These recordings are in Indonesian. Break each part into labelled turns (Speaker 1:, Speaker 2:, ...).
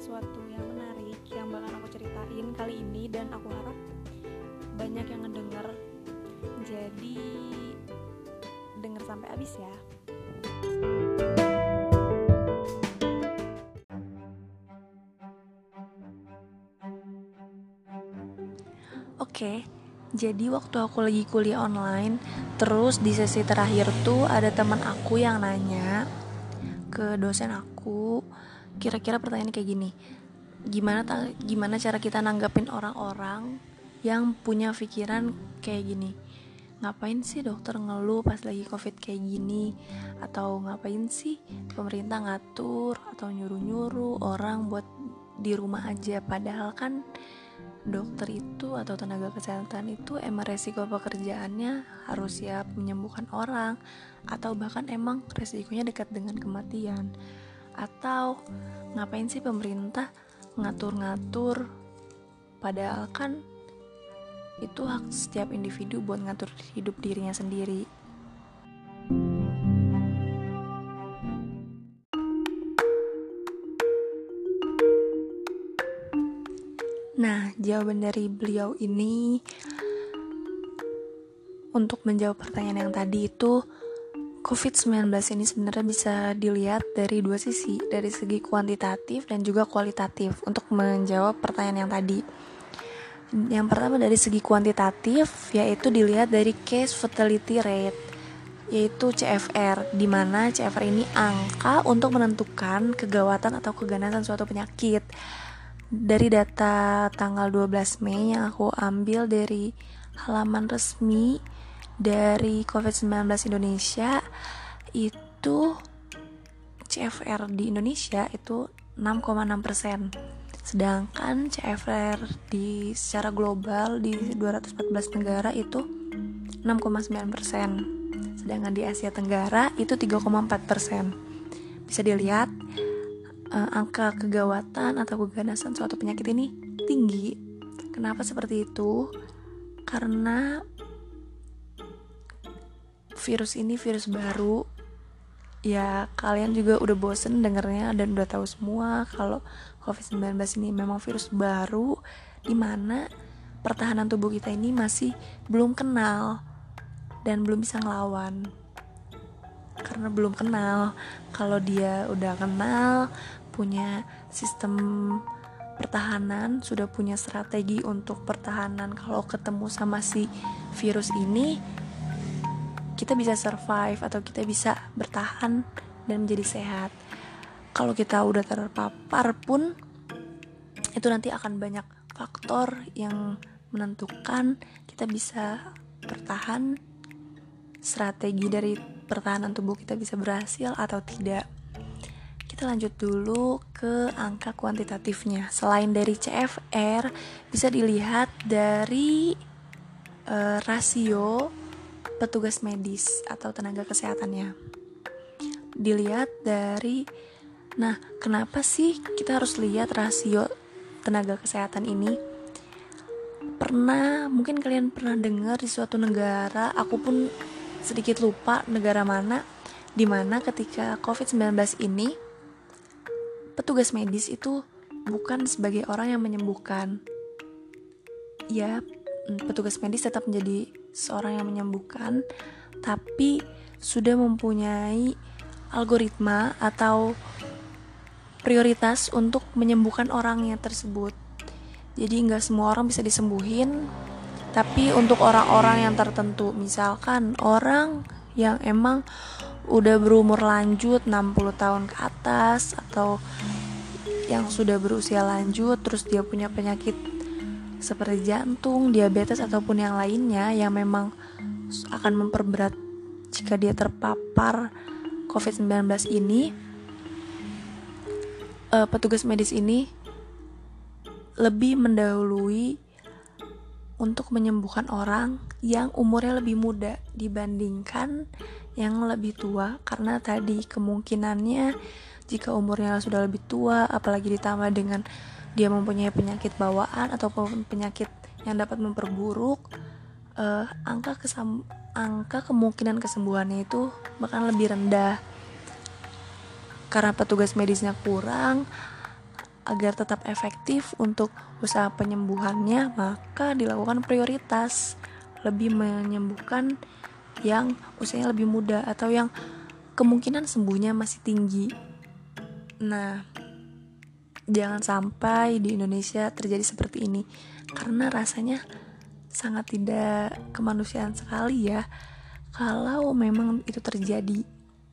Speaker 1: sesuatu yang menarik yang bakal aku ceritain kali ini, dan aku harap banyak yang ngedenger. Jadi denger sampai habis ya. Oke, jadi waktu aku lagi kuliah online, terus di sesi terakhir tuh ada teman aku yang nanya ke dosen aku, kira-kira pertanyaan kayak gini, gimana cara kita nanggapin orang-orang yang punya pikiran kayak gini? Ngapain sih dokter ngeluh pas lagi covid kayak gini? Atau ngapain sih pemerintah ngatur atau nyuruh-nyuruh orang buat di rumah aja? Padahal kan dokter itu atau tenaga kesehatan itu emang resiko pekerjaannya harus siap menyembuhkan orang, atau bahkan emang resikonya dekat dengan kematian. Atau ngapain sih pemerintah ngatur-ngatur, padahal kan itu hak setiap individu buat ngatur hidup dirinya sendiri. Nah, jawaban dari beliau ini untuk menjawab pertanyaan yang tadi itu, COVID-19 ini sebenarnya bisa dilihat dari dua sisi, dari segi kuantitatif dan juga kualitatif untuk menjawab pertanyaan yang tadi. Yang pertama dari segi kuantitatif, yaitu dilihat dari case fatality rate, yaitu CFR, di mana CFR ini angka untuk menentukan kegawatan atau keganasan suatu penyakit. Dari data tanggal 12 Mei yang aku ambil dari halaman resmi dari COVID-19 Indonesia, itu CFR di Indonesia itu 6,6%. Sedangkan CFR secara global di 214 negara itu 6,9%. Sedangkan di Asia Tenggara itu 3,4%. Bisa dilihat angka kegawatan atau keganasan suatu penyakit ini tinggi. Kenapa seperti itu? Karena virus ini virus baru. Ya, kalian juga udah bosen dengernya dan udah tahu semua kalau COVID-19 ini memang virus baru, dimana pertahanan tubuh kita ini masih belum kenal dan belum bisa ngelawan. Karena belum kenal. Kalau dia udah kenal, punya sistem pertahanan, sudah punya strategi untuk pertahanan, kalau ketemu sama si virus ini, kita bisa survive atau kita bisa bertahan dan menjadi sehat. Kalau kita udah terpapar pun, itu nanti akan banyak faktor yang menentukan kita bisa bertahan, strategi dari pertahanan tubuh kita bisa berhasil atau tidak. Kita lanjut dulu ke angka kuantitatifnya. Selain dari CFR, bisa dilihat dari rasio petugas medis atau tenaga kesehatannya. Dilihat dari, nah kenapa sih kita harus lihat rasio tenaga kesehatan ini? Mungkin kalian pernah dengar di suatu negara, aku pun sedikit lupa negara mana, dimana ketika COVID-19 ini petugas medis itu bukan sebagai orang yang menyembuhkan. Ya, petugas medis tetap menjadi seorang yang menyembuhkan, tapi sudah mempunyai algoritma atau prioritas untuk menyembuhkan orangnya tersebut. Jadi gak semua orang bisa disembuhin, tapi untuk orang-orang yang tertentu, misalkan orang yang emang udah berumur lanjut 60 tahun ke atas, atau yang sudah berusia lanjut terus dia punya penyakit seperti jantung, diabetes ataupun yang lainnya yang memang akan memperberat jika dia terpapar COVID-19 ini, petugas medis ini lebih mendahului untuk menyembuhkan orang yang umurnya lebih muda dibandingkan yang lebih tua, karena tadi kemungkinannya jika umurnya sudah lebih tua, apalagi ditambah dengan dia mempunyai penyakit bawaan ataupun penyakit yang dapat memperburuk, angka kemungkinan kesembuhannya itu bahkan lebih rendah. Karena petugas medisnya kurang, agar tetap efektif untuk usaha penyembuhannya, maka dilakukan prioritas, lebih menyembuhkan yang usianya lebih muda atau yang kemungkinan sembuhnya masih tinggi. Nah, jangan sampai di Indonesia terjadi seperti ini, karena rasanya sangat tidak kemanusiaan sekali ya kalau memang itu terjadi.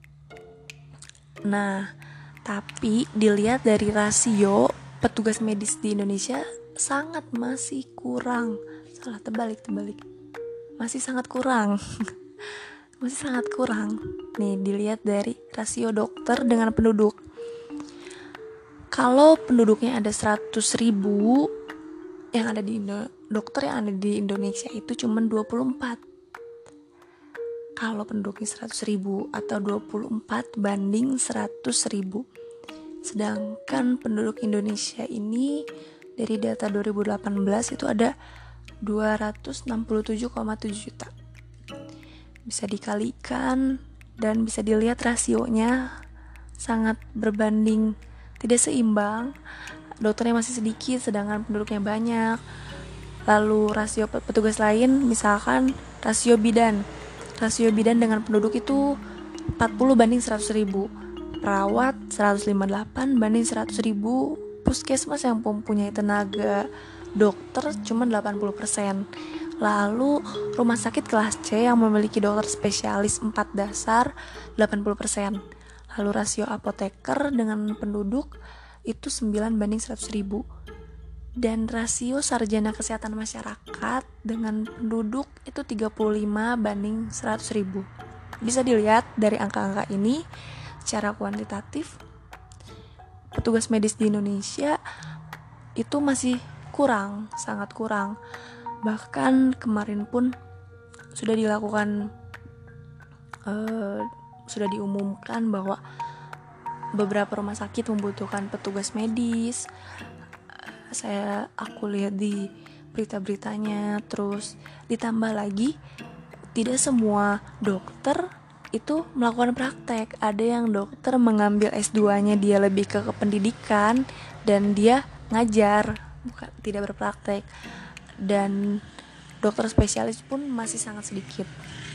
Speaker 1: Nah, tapi dilihat dari rasio petugas medis di Indonesia sangat masih kurang. Terbalik. Masih sangat kurang. Masih sangat kurang. Nih, dilihat dari rasio dokter dengan penduduk. Kalau penduduknya ada 100.000, yang ada di dokter yang ada di Indonesia itu cuma 24. Kalau penduduknya 100.000 atau 24 banding 100.000. Sedangkan penduduk Indonesia ini dari data 2018 itu ada 267,7 juta. Bisa dikalikan dan bisa dilihat rasionya sangat berbanding tidak seimbang. Dokternya masih sedikit sedangkan penduduknya banyak. Lalu rasio petugas lain, misalkan rasio bidan dengan penduduk itu 40 banding 100.000, perawat 158 banding 100.000, puskesmas yang mempunyai tenaga dokter cuma 80%. Lalu rumah sakit kelas C yang memiliki dokter spesialis 4 dasar 80%. Lalu rasio apoteker dengan penduduk itu 9 banding 100.000. Dan rasio sarjana kesehatan masyarakat dengan penduduk itu 35 banding 100.000. Bisa dilihat dari angka-angka ini secara kuantitatif, petugas medis di Indonesia itu masih kurang, sangat kurang. Bahkan kemarin pun sudah dilakukan, sudah diumumkan bahwa beberapa rumah sakit membutuhkan petugas medis. Aku lihat di berita-beritanya. Terus ditambah lagi, tidak semua dokter itu melakukan praktek. Ada yang dokter mengambil S2-nya dia lebih ke pendidikan dan dia ngajar, bukan tidak berpraktek. Dan dokter spesialis pun masih sangat sedikit.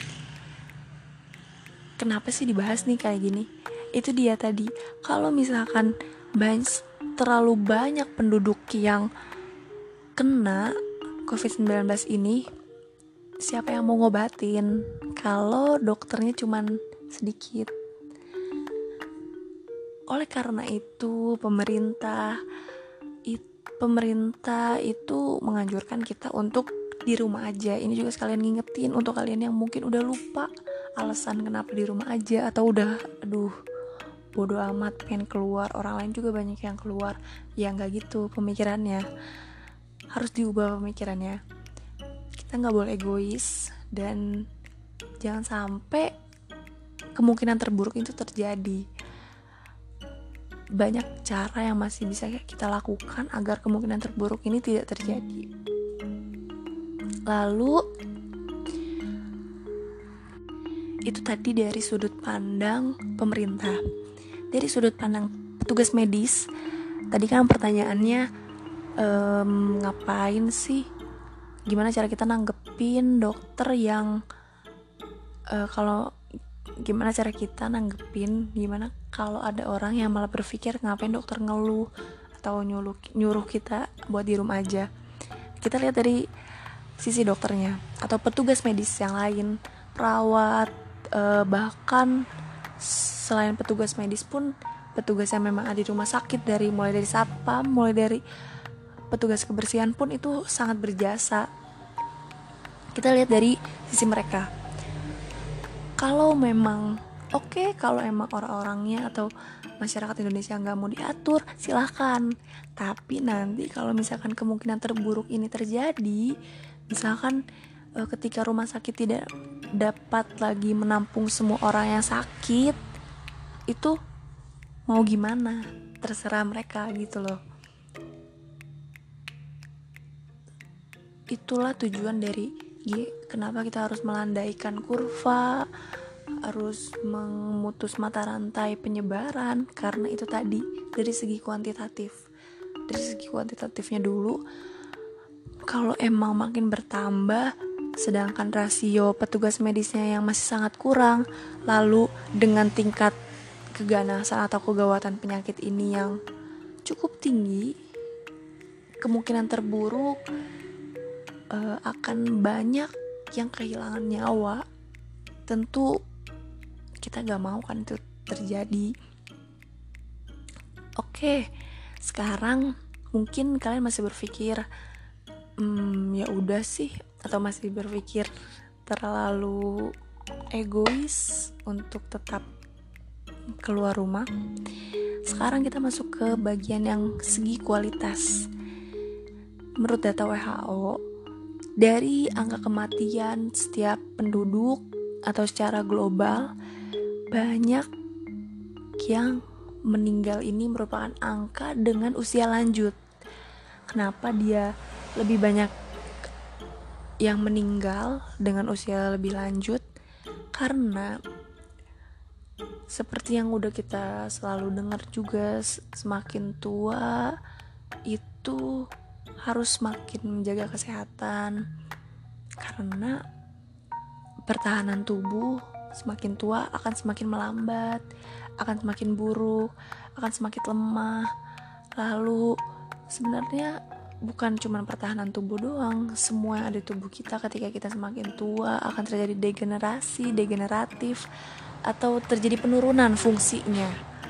Speaker 1: Kenapa sih dibahas nih kayak gini? Itu dia tadi, kalau misalkan terlalu banyak penduduk yang kena COVID-19 ini, siapa yang mau ngobatin kalau dokternya cuman sedikit? Oleh karena itu pemerintah itu menganjurkan kita untuk di rumah aja. Ini juga sekalian ngingetin untuk kalian yang mungkin udah lupa alasan kenapa di rumah aja, atau udah bodo amat pengen keluar, orang lain juga banyak yang keluar. Ya nggak gitu pemikirannya, harus diubah pemikirannya. Kita nggak boleh egois dan jangan sampai kemungkinan terburuk itu terjadi. Banyak cara yang masih bisa kita lakukan agar kemungkinan terburuk ini tidak terjadi. Lalu itu tadi dari sudut pandang pemerintah. Dari sudut pandang petugas medis, tadi kan pertanyaannya ngapain sih? Gimana cara kita nanggepin dokter yang gimana cara kita nanggepin, gimana kalau ada orang yang malah berpikir ngapain dokter ngeluh atau nyuruh kita buat di rumah aja. Kita lihat dari sisi dokternya atau petugas medis yang lain, perawat, bahkan selain petugas medis pun petugas yang memang ada di rumah sakit, mulai dari satpam, mulai dari petugas kebersihan pun itu sangat berjasa. Kita lihat dari sisi mereka. Kalau memang kalau emang orang-orangnya atau masyarakat Indonesia nggak mau diatur, silahkan. Tapi nanti kalau misalkan kemungkinan terburuk ini terjadi, misalkan ketika rumah sakit tidak dapat lagi menampung semua orang yang sakit, itu mau gimana? Terserah mereka gitu loh. Itulah tujuan dari kenapa kita harus melandaikan kurva, harus memutus mata rantai penyebaran, karena itu tadi dari segi kuantitatif. dari segi kuantitatifnya dulu. Kalau emang makin bertambah, sedangkan rasio petugas medisnya yang masih sangat kurang, lalu dengan tingkat keganasan atau kegawatan penyakit ini yang cukup tinggi, kemungkinan terburuk akan banyak yang kehilangan nyawa. Tentu kita gak mau kan itu terjadi. Oke, sekarang mungkin kalian masih berpikir ya udah sih, atau masih berpikir terlalu egois untuk tetap keluar rumah. Sekarang kita masuk ke bagian yang segi kualitas. Menurut data WHO, dari angka kematian setiap penduduk atau secara global, banyak yang meninggal ini merupakan angka dengan usia lanjut. Kenapa dia lebih banyak yang meninggal dengan usia lebih lanjut? Karena seperti yang udah kita selalu dengar juga, semakin tua itu harus makin menjaga kesehatan, karena pertahanan tubuh semakin tua akan semakin melambat, akan semakin buruk, akan semakin lemah. Lalu sebenarnya bukan cuma pertahanan tubuh doang, semua yang ada di tubuh kita ketika kita semakin tua akan terjadi degeneratif, atau terjadi penurunan fungsinya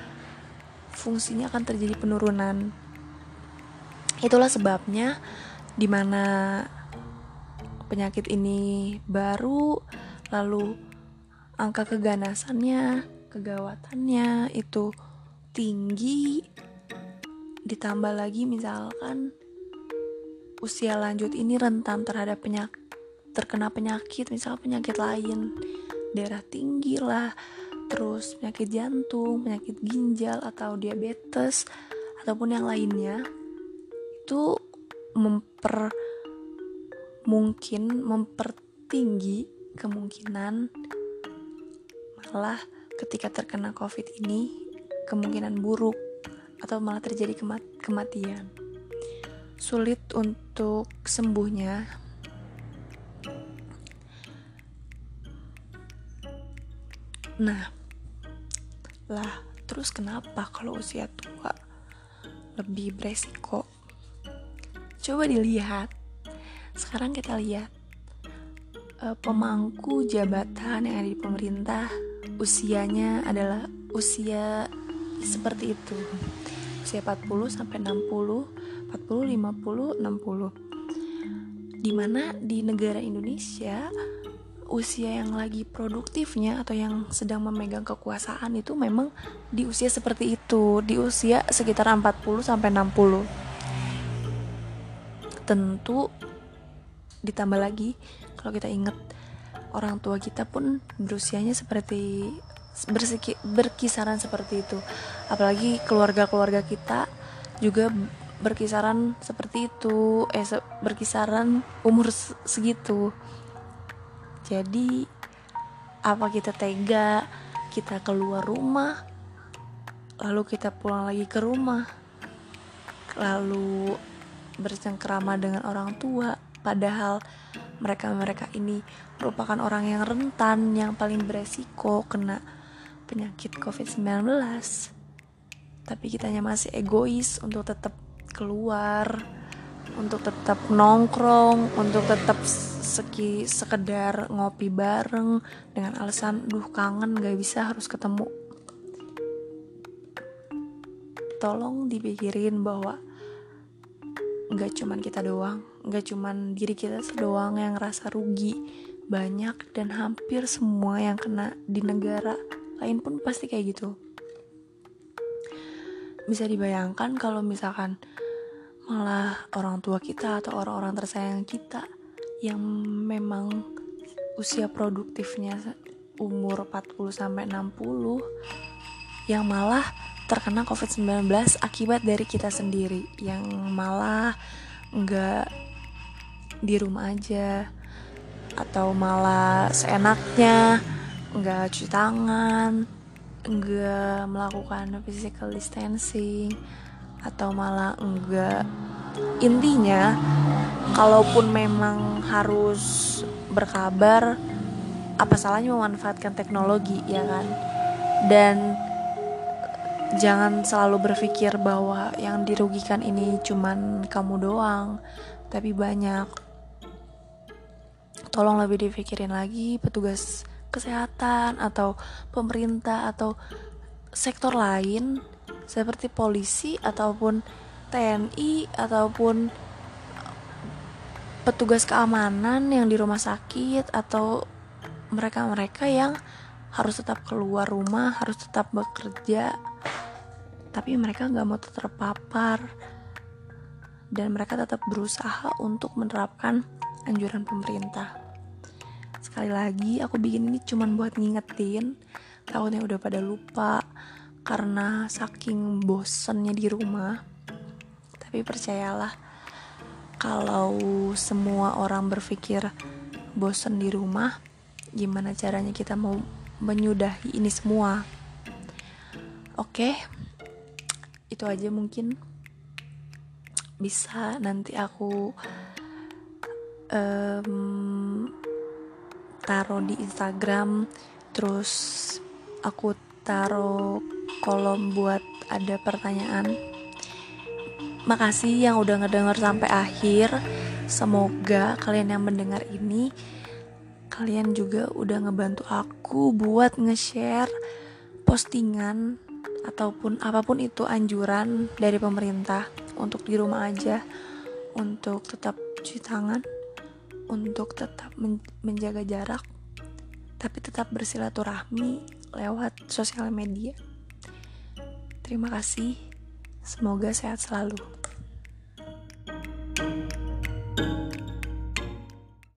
Speaker 1: akan terjadi penurunan. Itulah sebabnya dimana penyakit ini baru, lalu angka keganasannya, kegawatannya itu tinggi, ditambah lagi misalkan usia lanjut ini rentan terhadap terkena penyakit, misal penyakit lain, darah tinggi lah, terus penyakit jantung, penyakit ginjal atau diabetes ataupun yang lainnya, itu mempertinggi kemungkinan malah ketika terkena COVID ini kemungkinan buruk atau malah terjadi kematian. Sulit untuk sembuhnya. Nah, terus kenapa kalau usia tua lebih beresiko? Coba dilihat. Sekarang kita lihat pemangku jabatan yang ada di pemerintah, usianya adalah usia seperti itu. Usia 40 sampai 60, 40, 50, 60. Dimana di negara Indonesia usia yang lagi produktifnya atau yang sedang memegang kekuasaan itu memang di usia seperti itu, di usia sekitar 40 sampai 60. Tentu ditambah lagi kalau kita ingat orang tua kita pun berusianya seperti berkisaran seperti itu. Apalagi keluarga-keluarga kita juga berkisaran seperti itu, berkisaran umur segitu. Jadi apa kita tega kita keluar rumah, lalu kita pulang lagi ke rumah, lalu bercengkrama dengan orang tua, padahal mereka ini merupakan orang yang rentan, yang paling beresiko kena penyakit COVID-19. Tapi kitanya masih egois untuk tetap keluar, untuk tetap nongkrong, untuk tetap sekedar ngopi bareng dengan alasan kangen, gak bisa, harus ketemu. Tolong dipikirin bahwa gak cuman kita doang, gak cuman diri kita doang yang ngerasa rugi. Banyak dan hampir semua yang kena di negara lain pun pasti kayak gitu. Bisa dibayangkan kalau misalkan malah orang tua kita atau orang-orang tersayang kita yang memang usia produktifnya umur 40 sampai 60 yang malah terkena COVID-19 akibat dari kita sendiri, yang malah enggak di rumah aja atau malah seenaknya enggak cuci tangan, enggak melakukan physical distancing, atau malah enggak. Intinya kalaupun memang harus berkabar, apa salahnya memanfaatkan teknologi, ya kan? Dan jangan selalu berpikir bahwa yang dirugikan ini cuman kamu doang, tapi banyak. Tolong lebih dipikirin lagi petugas kesehatan atau pemerintah atau sektor lain seperti polisi ataupun TNI ataupun petugas keamanan yang di rumah sakit atau mereka-mereka yang harus tetap keluar rumah, harus tetap bekerja, tapi mereka gak mau terpapar dan mereka tetap berusaha untuk menerapkan anjuran pemerintah. Sekali lagi aku bikin ini cuman buat ngingetin, takutnya udah pada lupa karena saking bosennya di rumah. Tapi percayalah, kalau semua orang berpikir bosen di rumah, gimana caranya kita mau menyudahi ini semua? Oke, itu aja mungkin. Bisa nanti aku taruh di Instagram, terus aku taruh kolom buat ada pertanyaan. Makasih yang udah ngedenger sampai akhir. Semoga kalian yang mendengar ini, kalian juga udah ngebantu aku buat nge-share postingan ataupun apapun itu anjuran dari pemerintah untuk di rumah aja, untuk tetap cuci tangan, untuk tetap menjaga jarak, tapi tetap bersilaturahmi lewat sosial media. Terima kasih, semoga sehat selalu.